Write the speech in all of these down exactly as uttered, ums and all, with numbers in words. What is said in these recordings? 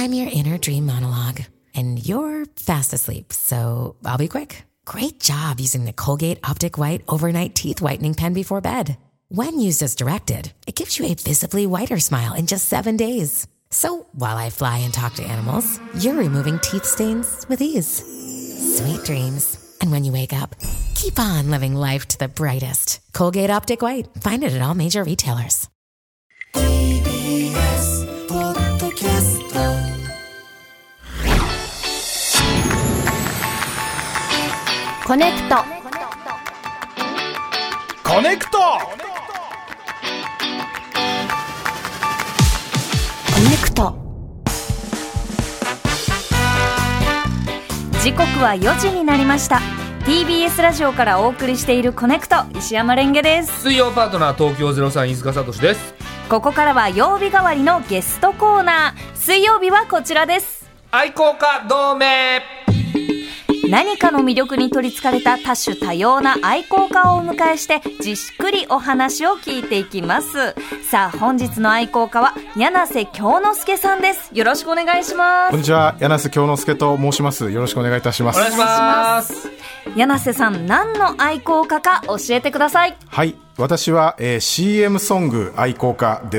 I'm your inner dream monologue, and you're fast asleep, so I'll be quick. Great job using the Colgate Optic White Overnight Teeth Whitening Pen before bed. When used as directed, it gives you a visibly whiter smile in just seven days. So while I fly and talk to animals, you're removing teeth stains with ease. Sweet dreams. And when you wake up, keep on living life to the brightest. Colgate Optic White. Find it at all major retailers. ティービーエス ポッドキャストコネクトコネクトコネクト時刻はよじになりました。 ティービーエス ラジオからお送りしているコネクト、石山レンゲです。 水曜パートナー東京ゼロさん飯塚聡です。 ここからは曜日代わりのゲストコーナー。水曜日はこちらです。 愛好家同盟。 何かの魅力に取りつかれた多種多様な愛好家をお迎えしてじっくりお話を聞いていきます。さあ本日の愛好家は柳瀬京之介さんです。よろしくお願いします。 こんにちは、柳瀬京之介と申します。よろしくお願いいたします。 お願いします。 柳瀬さん、何の愛好家か教えてください。 はい、私は、えー、シーエム ソング愛好家です。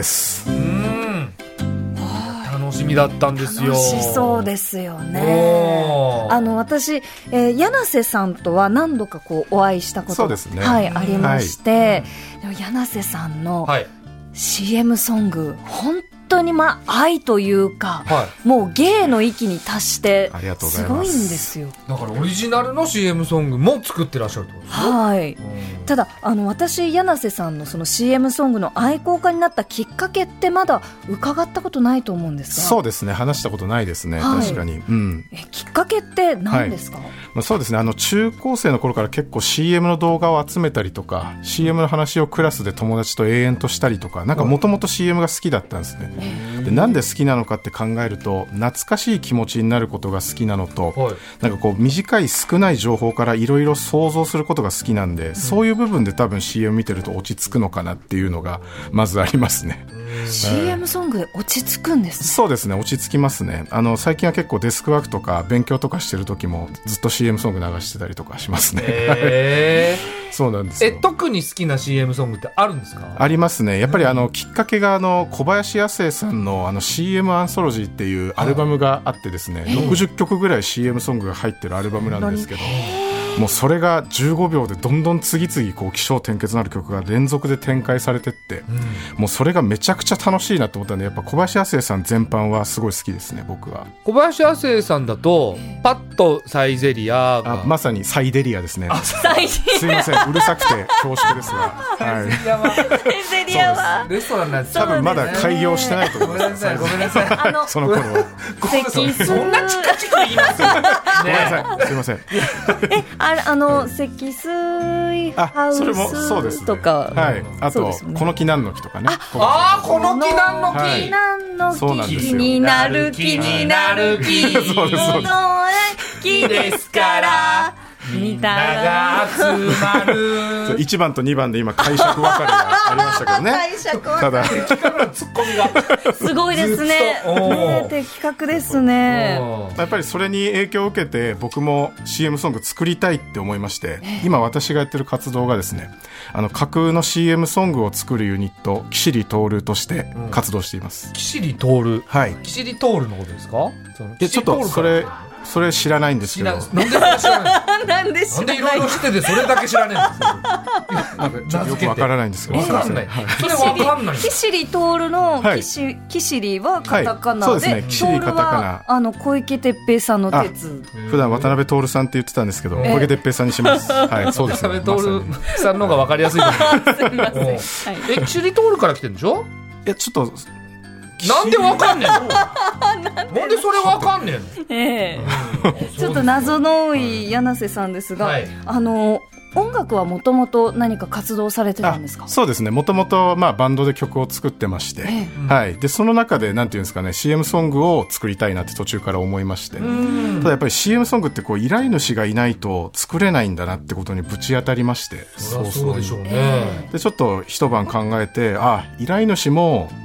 うーん、楽しみだったんですよ。 楽しそうですよね。あの私、えー、柳瀬さんとは何度かこうお会いしたことが、ね、はい、ありまして、はい、でも柳瀬さんの シーエム ソング、本当にまあ愛というか、はい、もう芸の域に達してすごいんですよ。 だからオリジナルの シーエム ソングも作ってらっしゃるってことですね。 はい。ただあの私柳瀬さんのその シーエム ソングの愛好家になったきっかけってまだ伺ったことないと思うんですが。 そうですね、話したことないですね、はい、確かに、うん、 えきっかけって何ですか？はい、 まあ、そうですね、あの中高生の頃から結構 シーエム の動画を集めたりとか シーエム の話をクラスで友達と永遠としたりとか、なんかもともと シーエム が好きだったんですね。でなんで好きなのかって考えると、懐かしい気持ちになることが好きなのと、はい、なんかこう短い少ない情報からいろいろ想像することが好きなんで、うん、そういう部分で多分 シーエム 見てると落ち着くのかなっていうのがまずありますね。 シーエム ソングで落ち着くんですね。 そうですね、落ち着きますね。あの最近は結構デスクワークとか勉強とかしてる時もずっと シーエム ソング流してたりとかしますね。 へーそうなんですよ。 え特に好きな シーエム ソングってあるんですか？ ありますね。やっぱりあのきっかけがあの小林亜生さんのあの シーエム アンソロジーっていうアルバムがあってですね、ろくじゅっきょくぐらい シーエム ソングが入ってるアルバムなんですけど、もうそれがじゅうごびょうでどんどん次々こう起承転結のある曲が連続で展開されてって、うん、もうそれがめちゃくちゃ楽しいなと思ったんで、やっぱ小林亜生さん全般はすごい好きですね、僕は。 小林亜生さんだとパッとサイゼリアが、 あ、まさにサイデリアですね。サイすいません、うるさくて恐縮ですが、はい、 サイゼリアはレストランなんです。 多分まだ開業してないと思います。 ごめんなさい、ごめんなさい。あのその頃はそんなチカチカ言いますよ、ね、 ごめんなさい、すいません。 えああの積水ハウスとか、 それもそうですね、はい、あと、ね、この木なんの木とかね。 ああ、この木なんの木、 はい、なんの木、 そうなんですよ。 気になる気になる木そうです、そうです、 木ですからみたいな集まるいちばんとにばんで今解釈分かれがありましたけどね。 解釈ただツッコミがすごいですね。ね、的確ですね。 やっぱりそれに影響を受けて僕も シーエム ソング作りたいって思いまして、今私がやってる活動がですね、あの架空の シーエム ソングを作るユニットキシリトールとして活動しています。 キシリトール、 はい、 キシリトールのことですか？ でちょっとそれそれ知らないんですけど、 なんでそれ知らないなんで知らない、 なんでいろいろ知っててそれだけ知らないんですよ。 なんかちょっとよくわからないんですけど、 わかんない、はい、それわかんない。 キシリトールのキシ、はい、キシリはカタカナで、はい、そうですね、キシリカタカナ、あの小池徹平さんの鉄、 普段渡辺徹さんって言ってたんですけど、小池徹平さんにします。はい、そうですね、 渡辺徹さんの方がわかりやすいと思います。すいません、はい、えキシリトールから来てるんでしょ？ いやちょっとなんでわかんねんのなんでそれわかんねんの、 えー、ちょっと謎の多い柳瀬さんですが、はい、あの音楽はもともと何か活動されてたんですか？ そうですね、もともとバンドで曲を作ってまして、えーはい、でその中でなんていうんですかね、 シーエム ソングを作りたいなって途中から思いまして、ただやっぱり シーエム ソングってこう依頼主がいないと作れないんだなってことにぶち当たりまして、 そうそうでしょうね。 でちょっと一晩考えて、あ依頼主も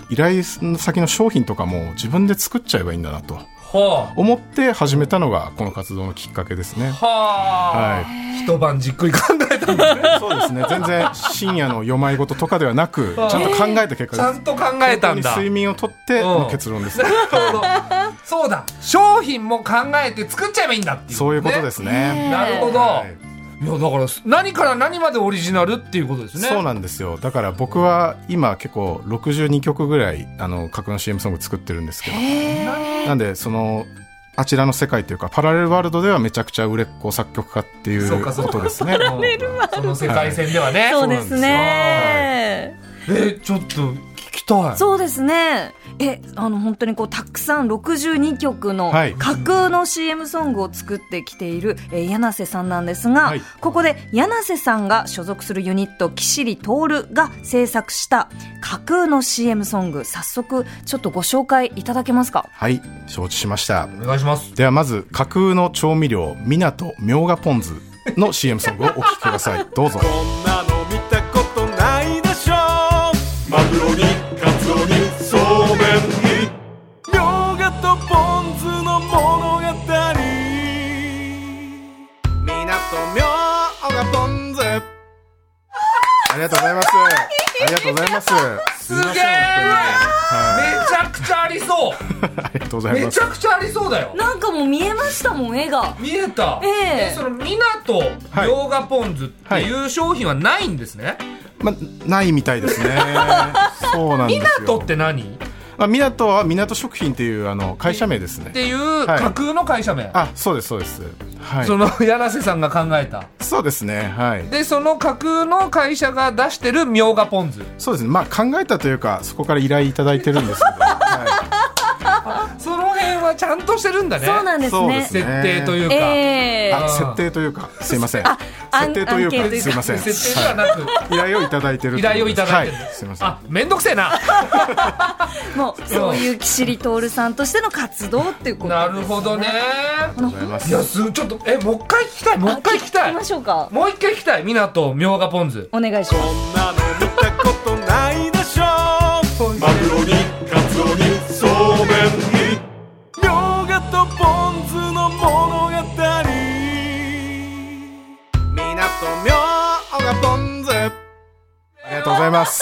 依頼先の商品とかも自分で作っちゃえばいいんだなと思って始めたのがこの活動のきっかけですね。 はあ、はい、一晩じっくり考えたんですね。 そうですね、全然深夜の夜舞事とかではなくちゃんと考えた結果です。 ちゃんと考えたんだ。 睡眠をとっての結論です、ね、 なるほど。そうだ、商品も考えて作っちゃえばいいんだっていう、ね、 そういうことですね。 なるほど、 はい、 いやだから何から何までオリジナルっていうことですね。 そうなんですよ。だから僕は今結構ろくじゅうにきょくぐらいあの架空の シーエム ソング作ってるんですけど、なんでそのあちらの世界というかパラレルワールドではめちゃくちゃ売れっ子作曲家っていうことですね。 その世界線ではね、はい、 そうですね。 えちょっと聞きたい。 そうですね。えあの本当にこうたくさんろくじゅうにきょくの架空の シーエム ソングを作ってきている、えー、柳瀬さんなんですが、はい、ここで柳瀬さんが所属するユニットキシリトールが制作した架空の シーエム ソング、早速ちょっとご紹介いただけますか。 はい、承知しました。 お願いします。 ではまず架空の調味料みなとみょうがポン酢の シーエム ソングをお聴きください。どうぞ。 こんなの見たことないでしょ。マグロにカツオにそうめんにみょうがとポン酢の物語。みなとみょうがポン酢。 ありがとうございます。ありがとうございます。 すげー、めちゃくちゃありそうありがとうございます。 めちゃくちゃありそうだよ。 なんかもう見えましたもん、絵が見えた。 えー、 そのみなとみょうがポン酢っていう商品はないんですね。はい、 ま、ないみたいですね。そうなんですよ。 みなとって何？ まあ、みなとはみなと食品っていうあの会社名ですね。 っていう架空の会社名。はい、 あ、そうですそうです。はい、 その柳瀬さんが考えた。 そうですね。はい。 でその架空の会社が出してるみょうがポン酢。 そうですね。まあ考えたというかそこから依頼いただいてるんですけど。はい、 その辺はちゃんとしてるんだね。 そうなんですね。 ですね。 設定というか、 えー、 あ、設定というかすいません。あ、設定というかすいません。 設定ではなく、 はい、依頼をいただいてる。 依頼をいただいてる。 はい、すいません。 あ、めんどくせえな。 もうそういうキシリトールさんとしての活動っていうことですね。 なるほどね。 ありがとうございます。 いやすちょっとえもう一回聞きたい。もう一回聞きたい。 聞きましょうか。 もう一回聞きたい。みなとみょうがポン酢。 お願いします。 こんなの見たことないでしょ。マグロにカツオにそうめんにみょうがとポン酢の物語。みなとみょうがポン酢。 ありがとうございます。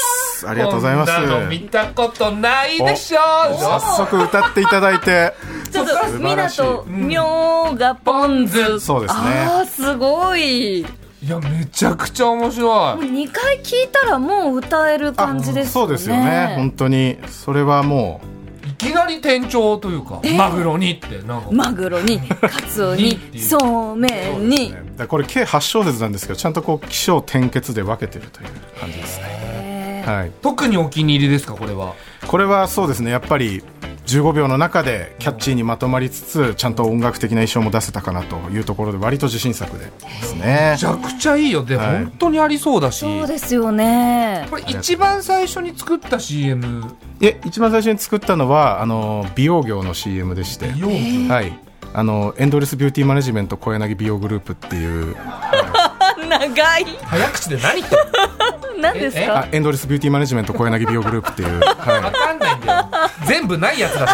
ありがとうございます。 こんなの見たことないでしょ。 早速歌っていただいて。 ちょっとみなとみょうがポン酢。 そうですね。 あーすごい。 いやめちゃくちゃ面白い。 もうにかい聞いたらもう歌える感じですよね。 そうですよね。本当にそれはもういきなり店長というか、マグロにってなんかマグロにカツオにそうめんに、 ね、だこれ計はちしょうせつなんですけどちゃんとこう起承転結で分けてるという感じですね。はい、 特にお気に入りですかこれは。これはそうですね、やっぱりじゅうごびょうの中でキャッチーにまとまりつつちゃんと音楽的な衣装も出せたかなというところで割と自信作ですね。 めちゃくちゃいいよ。で、はい、本当にありそうだし。 そうですよね。 これ一番最初に作った シーエム。 え一番最初に作ったのはあの美容業の シーエム でして、 美容業、 はい、あのエンドレスビューティーマネジメント小柳美容グループっていう、はい、長い早口で何言って何ですか。 あエンドレスビューティーマネジメント小柳美容グループっていう、 はい、分かんないんだよ。全部ないやつだし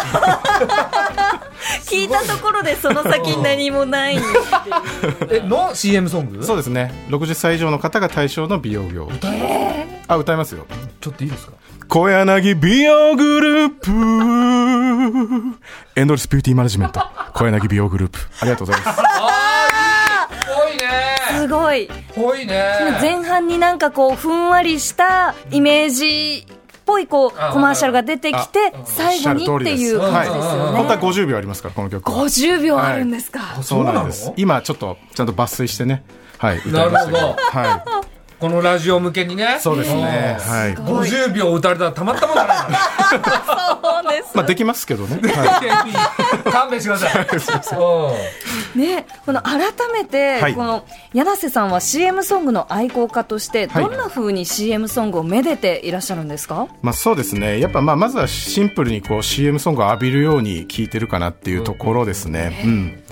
聞いたところでその先何もないえの シーエム ソング。 そうですね。ろくじゅっさい以上の方が対象の美容業。 歌えます？ あ、歌いますよ。 ちょっといいですか。 小柳美容グループエンドレスビューティーマネジメント小柳美容グループ。ありがとうございます。 あー、すごいね。 すごいぽいね。 前半になんかこうふんわりしたイメージっぽいこうコマーシャルが出てきて最後にっていう感じですよね。 本当はごじゅうびょうありますからこの曲は。 ごじゅうびょうあるんですか。 はい、そうなんです。今ちょっとちゃんと抜粋してね、はい、 歌いましたけど。なるほど。 はい。 このラジオ向けにね。 そうですね。はい。 ごじゅうびょう歌われたらたまったもんじゃないからそうです。 まあできますけどね。はい、勘弁してください。 ね、この改めて、はい、この柳瀬さんは シーエム ソングの愛好家としてどんな風に シーエム ソングをめでていらっしゃるんですか。 まあそうですね。やっぱまあまずはシンプルにこう シーエム ソングを浴びるように聴いてるかなっていうところですね。うん。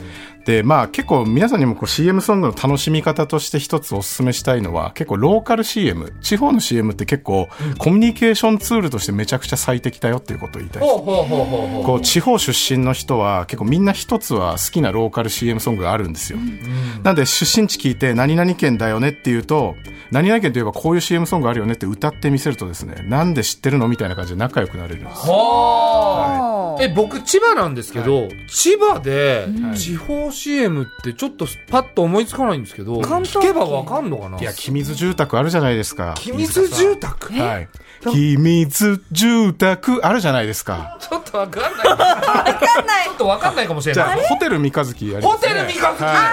でまあ結構皆さんにもこう シーエム ソングの楽しみ方として一つお勧めしたいのは、結構ローカル シーエム、地方の シーエム って結構コミュニケーションツールとしてめちゃくちゃ最適だよっていうことを言いたいです。こう地方出身の人は結構みんな一つは好きなローカル シーエム ソングがあるんですよ、うん、なんで出身地聞いて何々県だよねっていうと、何々県といえばこういう シーエム ソングあるよねって歌ってみせるとですね、なんで知ってるのみたいな感じで仲良くなれるんです。 はー、え僕千葉なんですけど、はい、千葉で地方 シーエム ってちょっとパッと思いつかないんですけど、聞けばわかんのかな。 いや、君津住宅あるじゃないですか。 君津住宅、 はい、君津住宅あるじゃないですか。 ちょっとわかんないわかんないちょっとわかんないかもしれない。 じゃあホテル三日月やりますね。 ホテル三日月、はい、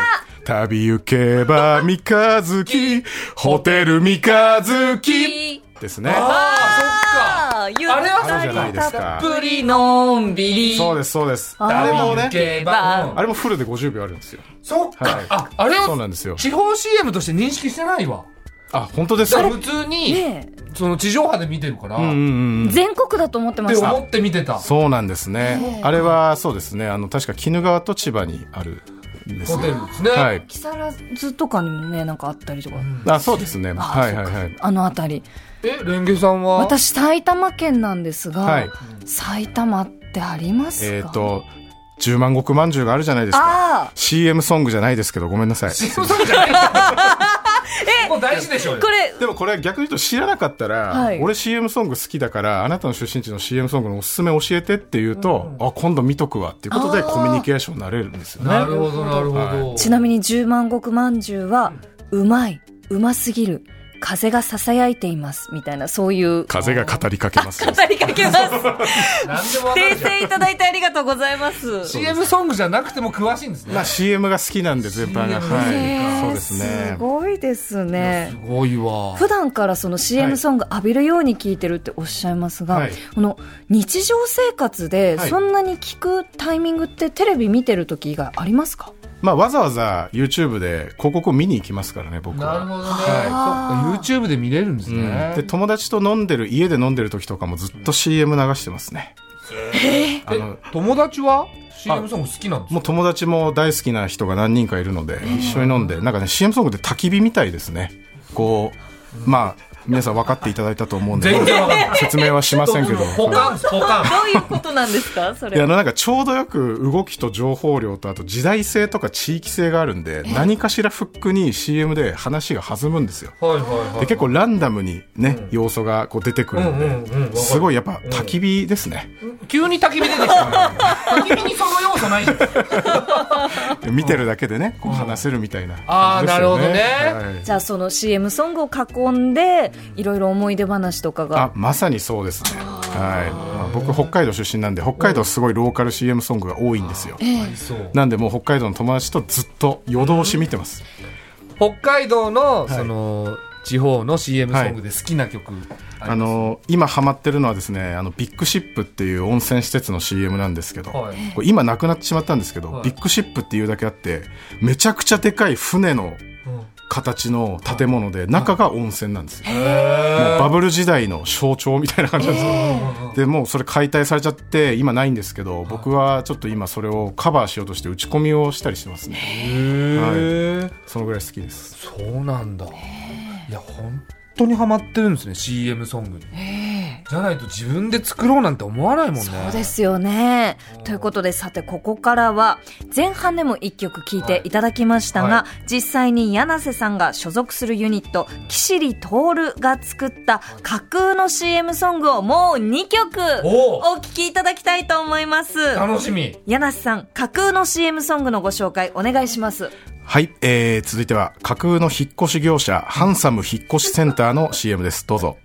旅行けば三日月ホテル三日月ですね。 ああ、そっか。 あれはそうじゃないですか。 たっぷりのんびり。 そうですそうです。 あれもね、 あれもフルでごじゅうびょうあるんですよ。 そっか、はい、あ、あれそうなんですよ。 地方 シーエム として認識してないわ。 あ、本当ですか。 普通に、ね、その地上波で見てるから、うんうんうん、全国だと思ってました。 って思って見てた。 そうなんですね。あれはそうですね、あの確か鬼怒川と千葉にあるホテルですね、 はい、 木更津とかにもねなんかあったりとか、うん、 あ、そうですね、はいはいはい、 あの辺り。 え、レンゲさんは。 私埼玉県なんですが、はい、埼玉ってありますか。 えーと十万石まんじゅうがあるじゃないですか。 シーエム ソングじゃないですけどごめんなさい。 シーエム ソングじゃないえ、もう大事でしょうよ。 これでもこれ逆に言うと知らなかったら、はい、俺 シーエム ソング好きだからあなたの出身地の シーエム ソングのおすすめ教えてって言うと、うん、あ、今度見とくわっていうことでコミュニケーションになれるんですよね。 なるほどなるほど、はい、 ちなみに十万石まんじゅうはうまい、うますぎる、風が囁いていますみたいな、そういう風が語りかけます語りかけます訂正いただいてありがとうございます。 シーエム ソングじゃなくても詳しいんですね。 まあ シーエム が好きなんで全般が、はい、そうですね。 すごいですね。 すごいわ。 普段からその シーエム ソング浴びるように聞いてるっておっしゃいますが、はい、この日常生活でそんなに聞くタイミングってテレビ見てる時がありますか。 まあ、わざわざ YouTube で広告を見に行きますからね、僕は。 なるほどね、はい、そっか YouTube で見れるんですね、 うん、で友達と飲んでる、家で飲んでる時とかもずっと シーエム 流してますね。 えー、あの友達は シーエム ソング好きなんですか。 もう友達も大好きな人が何人かいるので一緒に飲んで、なんかね シーエム ソングって焚き火みたいですね。こう、まあ皆さん分かっていただいたと思うんで説明はしませんけどポカンポカンどういうことなんですかそれ。 いや、なんかちょうどよく動きと情報量とあと時代性とか地域性があるんで、何かしらフックに シーエム で話が弾むんですよ、はいはいはい、で結構ランダムにね、うん、要素がこう出てくるので、うんうんうん、すごいやっぱ焚き火ですね、 うん、急に焚き火出てきたね焚き火にその要素ないじゃん見てるだけでねこう話せるみたいな、ね、 ああなるほどね、 はい、じゃあその シーエム ソングを囲んでいろいろ思い出話とかが。 あ、まさにそうですね、はい、まあ、僕北海道出身なんで北海道すごいローカル シーエム ソングが多いんですよ、えー、なんでもう北海道の友達とずっと夜通し見てます、 うん、北海道のその、はい、地方の シーエム ソングで好きな曲、はい、 あの今ハマってるのはですね、あのビッグシップっていう温泉施設の シーエム なんですけど、はい、これ今なくなってしまったんですけど、はい、ビッグシップっていうだけあってめちゃくちゃでかい船の形の建物で中が温泉なんですよ、もうバブル時代の象徴みたいな感じなんですよ。でもうそれ解体されちゃって今ないんですけど、僕はちょっと今それをカバーしようとして打ち込みをしたりしてますね。へ、はい、そのぐらい好きです。 そうなんだ。いや本当にハマってるんですね シーエム ソングに。じゃないと自分で作ろうなんて思わないもんね。 そうですよね。ということでさてここからは前半でもいっきょく聴いていただきましたが、はい、実際に柳瀬さんが所属するユニットキシリトールが作った架空の シーエム ソングをもうにきょくお聴きいただきたいと思います。 楽しみ。 柳瀬さん、架空の シーエム ソングのご紹介お願いします。 はい、えー、続いては架空の引っ越し業者ハンサム引っ越しセンターの シーエム です。どうぞ。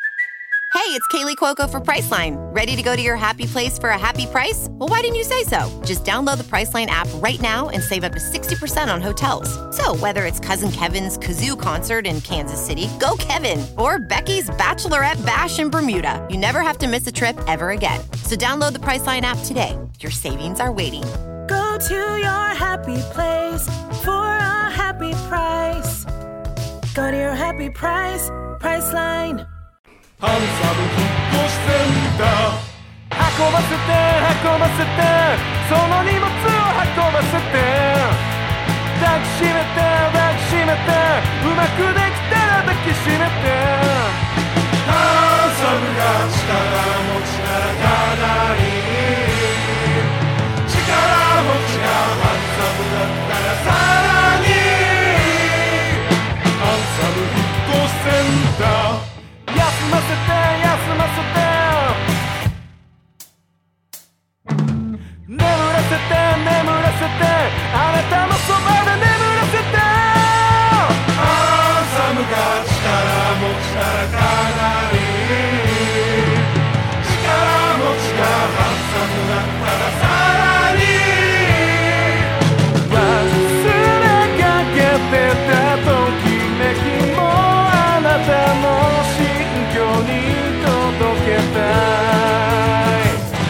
Hey, it's Kaylee Cuoco for Priceline. Ready to go to your happy place for a happy price? Well, why didn't you say so? Just download the Priceline app right now and save up to sixty percent on hotels. So whether it's Cousin Kevin's Kazoo Concert in Kansas City, go Kevin, or Becky's Bachelorette Bash in Bermuda, you never have to miss a trip ever again. So download the Priceline app today. Your savings are waiting. Go to your happy place for a happy price. Go to your happy price, Priceline. ハンサム引っ越しセンター運ばせて運ばせてその荷物を運ばせてきしめて抱きしめてうまくできたら抱きしめてハンサムが力持ちならかなり力持ちがハンサムだったらさらにハンサムヒットセンター休ませて休ませて眠らせて眠らせてあなたのそばで眠らせてハンサムが力持ちならかなり力持ちがハンサムだったらさらに忘れかけてたときめきもあなたの心境に届けたい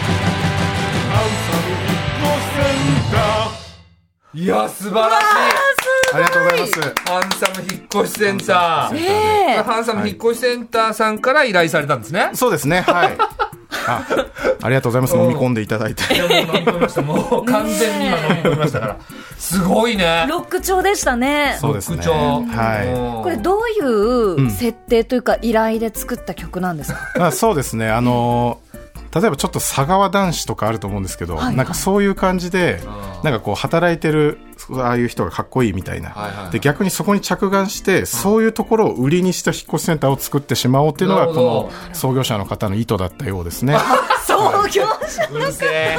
いや素晴らしい。 ありがとうございます。 ハンサム引っ越しセンター、えー、ハンサム引っ越しセンターさんから依頼されたんですね。 そうですね、はい。あ, ありがとうございます。飲み込んでいただいて。 いやもう飲み込みました。もう完全に今飲み込みましたから。すごいね。 ロック調でしたね。 そうですね。 ロック調。 はい。 これどういう設定というか依頼で作った曲なんですか？ うん、あそうですね。あのー例えばちょっと佐川男子とかあると思うんですけど、はいはい、なんかそういう感じでなんかこう働いてるああいう人がかっこいいみたいな、はいはいはい、で逆にそこに着眼して、うん、そういうところを売りにした引っ越しセンターを作ってしまおうっていうのがこの創業者の方の意図だったようですね。 創業者うるせえ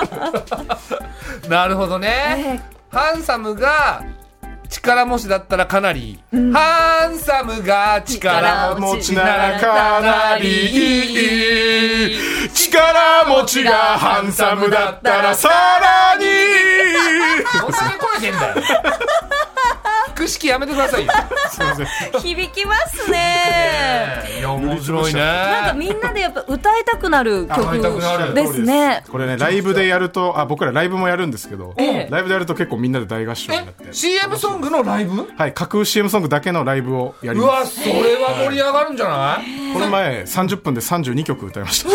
なるほどね、えー、ハンサムが力持ちだったらかなり、うん、ハンサムが力持ちならかなりいい力持ちがハンサムだったらさらにどんなに声出んだよ腹式やめてくださいよ響きますね。 いや面白いね。 なんかみんなでやっぱ歌いたくなる曲ですね。 これねライブでやるとあ僕らライブもやるんですけど、ええ、ライブでやると結構みんなで大合唱になってシーエム ソングのライブ、 はい、架空 シーエム ソングだけのライブをやります。うわそれは盛り上がるんじゃない？ この前さんじゅっぷんでさんじゅうにきょく歌いました。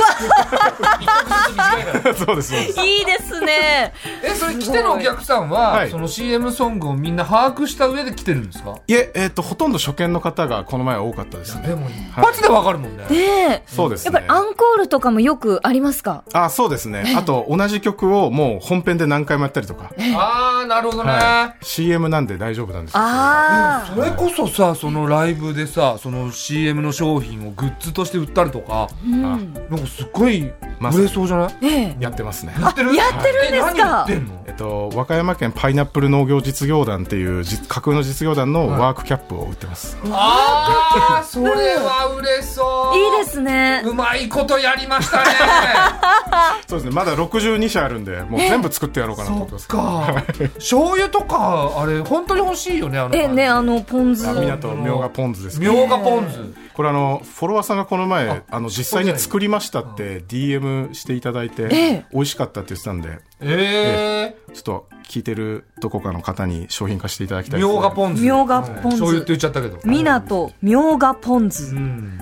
そうですそうです。 いいですね。 えそれ来てるお客さんは、はい、その シーエム ソングをみんな把握した上で来てるんですか？ いえ、えー、とほとんど初見の方がこの前は多かったですね。 でも一発でわかるもんね。 ね、 そうですね。 やっぱりアンコールとかもよくありますか？ あそうですね。あと同じ曲をもう本編で何回もやったりとか。 ああなるほどね、 はい、シーエム なんで大丈夫なんですよ。 あそれこそさそのライブでさその シーエム の商品をグッズとして売ったりとか、うん、なんかすっごい売れそうじゃない？ ええ、 やってますね。 やってる？やってるんですか？ 何やってんの？ えっと和歌山県パイナップル農業実業団っていう架空の実業団のワークキャップを売ってます。 はい、ああそれは売れそう。 いいですね。 うまいことやりましたね。 そうですね。まだろくじゅうにしゃあるんでもう全部作ってやろうかなと思ってます。 そっか醤油とかあれ本当に欲しいよね。あのえねあのポン酢港みょうがポン酢です。 みょうがポン酢これあのフォロワーさんがこの前あの実際に作りましたって ディーエム していただいて、ええ、美味しかったって言ってたんで、 えーえー、ちょっと聞いてるどこかの方に商品化していただきたいですね。 みょうがポン酢みょうがポン酢醤油って言っちゃったけど港みょうがポン酢、うん、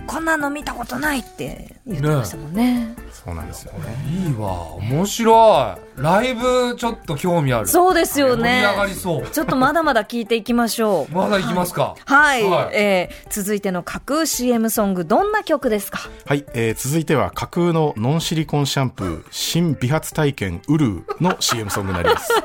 こんなの見たことないって言ってましたもん ね, ねそうなんですよね。 いいわ面白い。ライブちょっと興味ある。 そうですよね。 盛り上がりそう。 ちょっとまだまだ聞いていきましょう。 まだ行きますか。 はい、はいはい、えー、続いての架空 シーエム ソングどんな曲ですか？ はい、えー、続いては架空のノンシリコンシャンプー新美髪体験ウルーの シーエム ソングになります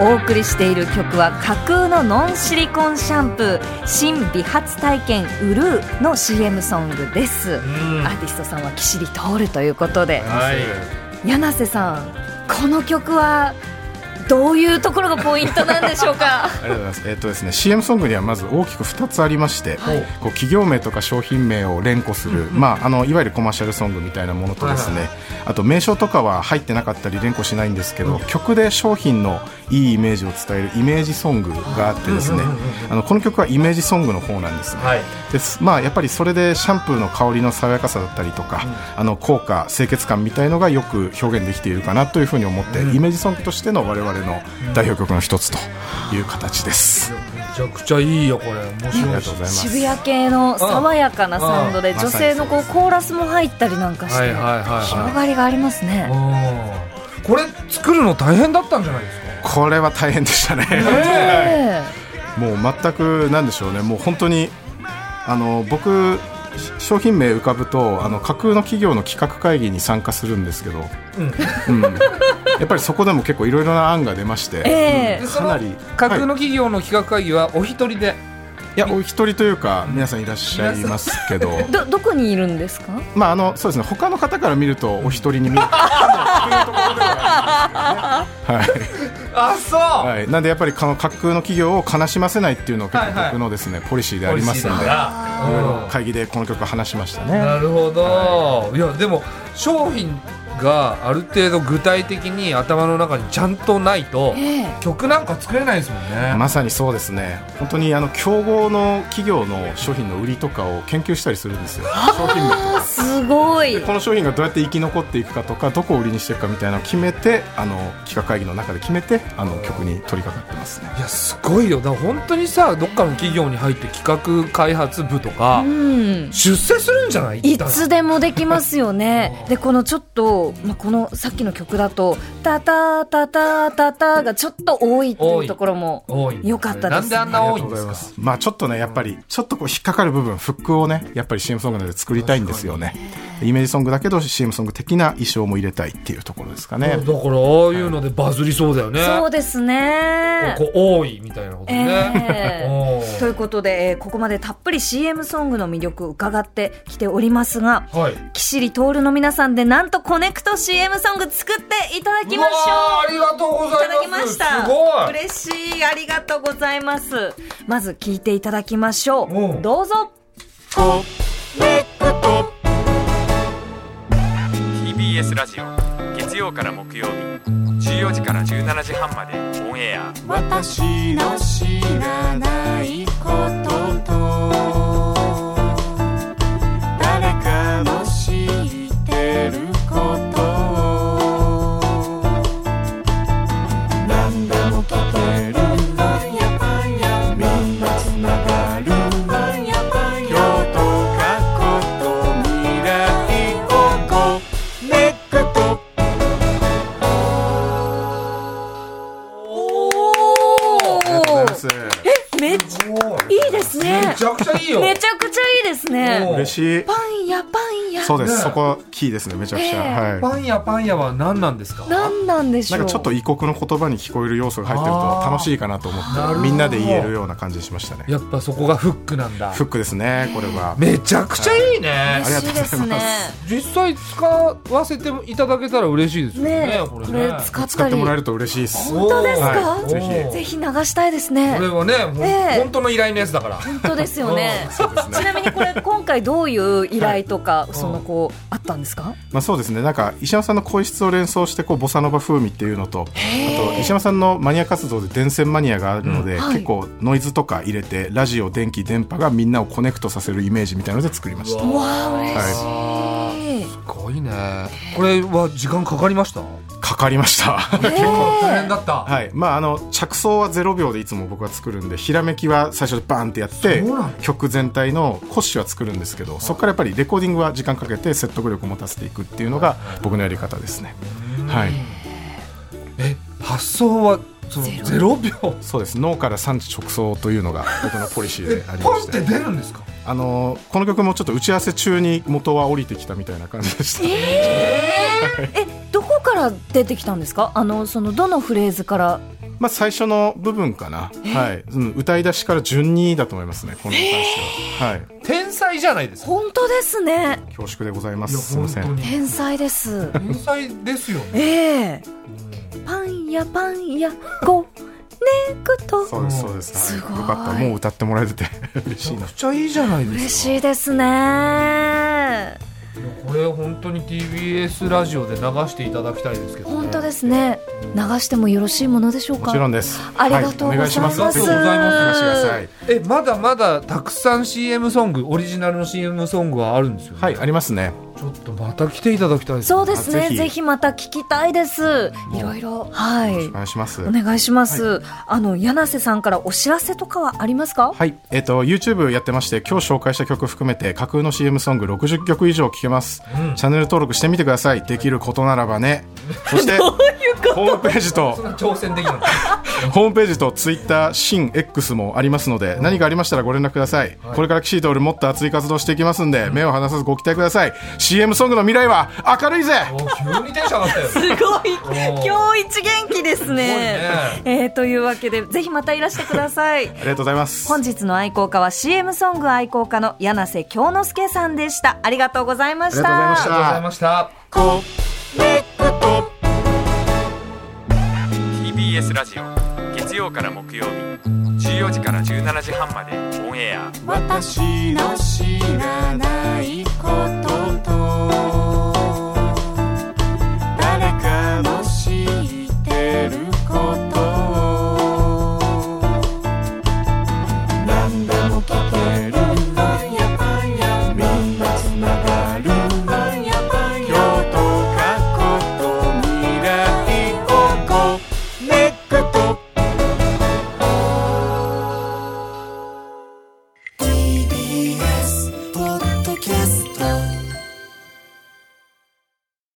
お送りしている曲は架空のノンシリコンシャンプー新美髪体験ウルーの シーエム ソングです。アーティストさんはキシリトールということで、 はい、 柳瀬さん、この曲はどういうところがポイントなんでしょうか。 ありがとうございます。えっとですね、シーエム ソングにはまず大きくふたつありまして、はい、こう企業名とか商品名を連呼する、うんうん、まあ、あのいわゆるコマーシャルソングみたいなものとですね、はいはい、あと名称とかは入ってなかったり連呼しないんですけど、うん、曲で商品のいいイメージを伝えるイメージソングがあってですね、あのこの曲はイメージソングの方なんですね、はい、です、まあ、やっぱりそれでシャンプーの香りの爽やかさだったりとか、うん、あの効果清潔感みたいのがよく表現できているかなというふうに思って、うん、イメージソングとしての我々の代表曲の一つという形です。 めちゃくちゃいいよ、これ面白い。ありがとうございます。 渋谷系の爽やかなサウンドで女性のこうコーラスも入ったりなんかして、広がりがありますね。 これ作るの大変だったんじゃないですか。 これは大変でしたね。 ねもう全くなんでしょうね、もう本当にあの僕商品名浮かぶとあの架空の企業の企画会議に参加するんですけど、うんうん、やっぱりそこでも結構いろいろな案が出まして、 えー、 かなり架空の企業の企画会議はお一人で、はい、 いやお一人というか皆さんいらっしゃいますけどど, どこにいるんですか。 まああのそうですね、他の方から見るとお一人に見えるというところではあるんですね。はいあ、そう、 はい、なんでやっぱりこの架空の企業を悲しませないっていうのが結構僕のですね、はいはい、ポリシーでありますので、いろいろ会議でこの曲を話しましたね。 なるほど、はい、いやでも商品がある程度具体的に頭の中にちゃんとないと、えー、曲なんか作れないですもんね。 まさにそうですね。本当にあの競合の企業の商品の売りとかを研究したりするんですよ。商品名とかすごい。 この商品がどうやって生き残っていくかとかどこを売りにしていくかみたいなのを決めて、あの企画会議の中で決めてあの曲に取り掛かってますね。 いやすごいよ。だから本当にさ、どっかの企業に入って企画開発部とか、うん、出世するんじゃない？ いつでもできますよね。でこのちょっと、まあ、このさっきの曲だとタタタタタタがちょっと多いっていうところも良かったです。 なんであんな多いんですか？ まあちょっとね、やっぱりちょっとこう引っかかる部分、フックをねやっぱり シーエム ソングで作りたいんですよね。イメージソングだけど シーエム ソング的な衣装も入れたいっていうところですかね。だからああいうのでバズりそうだよね。 そうですね。 ここ多いみたいなことね、えー、ということで、えー、ここまでたっぷり シーエム ソングの魅力を伺ってきておりますが、はい、キシリトールの皆さんでなんとコネクト シーエム ソング作っていただきましょう。 ありがとうございます。いただきました。 すごい嬉しい。ありがとうございます。まず聞いていただきましょう、うん、どうぞ。コネクトティービーエス ラジオ月曜から木曜日じゅうよじからじゅうしちじはんまでオンエア。 私の知らないことと誰かの知ってること何でも聞けるパンやパンやみんなつながるパンやパンや京都過去と未来をコネクト。 え、めっちゃいいですね。 めちゃくちゃいいよ。 めちゃくちゃいいですね。 嬉しい。 パンやパンや。 そうです、 ね、 そこキーですね。めちゃくちゃ、えーはい、パンやパンやは何なんですか？ 何なんでしょう。 なんかちょっと異国の言葉に聞こえる要素が入ってると楽しいかなと思ってみんなで言えるような感じしましたね。 やっぱそこがフックなんだ。 フックですね。これはめちゃくちゃいいね、はい、 嬉しいですね。 実際使わせていただけたら嬉しいですよ ね, ね, これねこれ使ったり使ってもらえると嬉しいです。 本当ですか？ はい、ぜひぜひ流したいですね。 これはね、えー、本当の依頼のやつだから。 本当ですよね。そうですね。ちなみにこれ今回どういう依頼とか、はい、そのこうあったんですか？ まあ、そうですね。なんか石山さんの声質を連想してこうボサノバ風味っていうのと、あと石山さんのマニア活動で電線マニアがあるので、うんはい、結構ノイズとか入れてラジオ、電気、電波がみんなをコネクトさせるイメージみたいなので作りました。 うわー嬉しい、 はい、すごいね。これは時間かかりました？ かかりました。 結構大変だった。 はい。まああの着想はゼロびょうでいつも僕は作るんで、ひらめきは最初でバーンってやって曲全体の骨子は作るんですけど、そこからやっぱりレコーディングは時間かけて説得力を持たせていくっていうのが僕のやり方ですね。はい。 え、発想はそのゼロびょう？ そうです。脳から産地直送というのが僕のポリシーでありまして。 ポンって出るんですか？ あのこの曲もちょっと打ち合わせ中に元は降りてきたみたいな感じでした。 えー、えどこから出てきたんですか？あのそのどのフレーズからまあ、最初の部分かな、はい、うん、歌い出しから順にだと思いますね、この関しては、はい、 天才じゃないですか。 本当ですね。 恐縮でございます。すみません。 天才です。 天才ですよね。 えー、パンやパンやごネクト。 そうですそうです。 すごい。 よかった、もう歌ってもらえてて嬉しいな。 めちゃくちゃいいじゃないですか。 嬉しいですね。 これ本当に ティービーエス ラジオで流していただきたいですけどね。 本当ですね。流してもよろしいものでしょうか。 もちろんです。 ありがとうございます。 はい、お願いします。ぜひお願いしてください。 え、まだまだたくさん シーエム ソング、オリジナルの シーエム ソングはあるんですよね。 はい、ありますね。 ちょっとまた来ていただきたいですね。 そうですね。ぜひ、 ぜひまた聞きたいです。いろいろ、はい。 お願いします。 お願いします。 はい、 あの柳瀬さんからお知らせとかはありますか？ はい、えっ、ー、と YouTube やってまして、今日紹介した曲含めて架空の シーエム ソングろくじゅっきょく以上聴けます。うん、チャンネル登録してみてください。できることならばね。そしてホームページと挑戦できるホームページと Twitter 新 X もありますので、何かありましたらご連絡ください。はい、これから岸井徹もっと熱い活動していきますんで、うん、目を離さずご期待ください。シーエム ソングの未来は明るいぜ。 急にテンション上がったよ。 すごい。今日一元気ですね。ねえー、というわけでぜひまたいらしてください。 ありがとうございます。 本日の愛好家は シーエム ソング愛好家の柳瀬京之介さんでした。ありがとうございました。 ありがとうございました。 コネクトティービーエス ラジオ月曜から木曜日じゅうよじからじゅうしちじはんまでオンエア。 私の知らないこと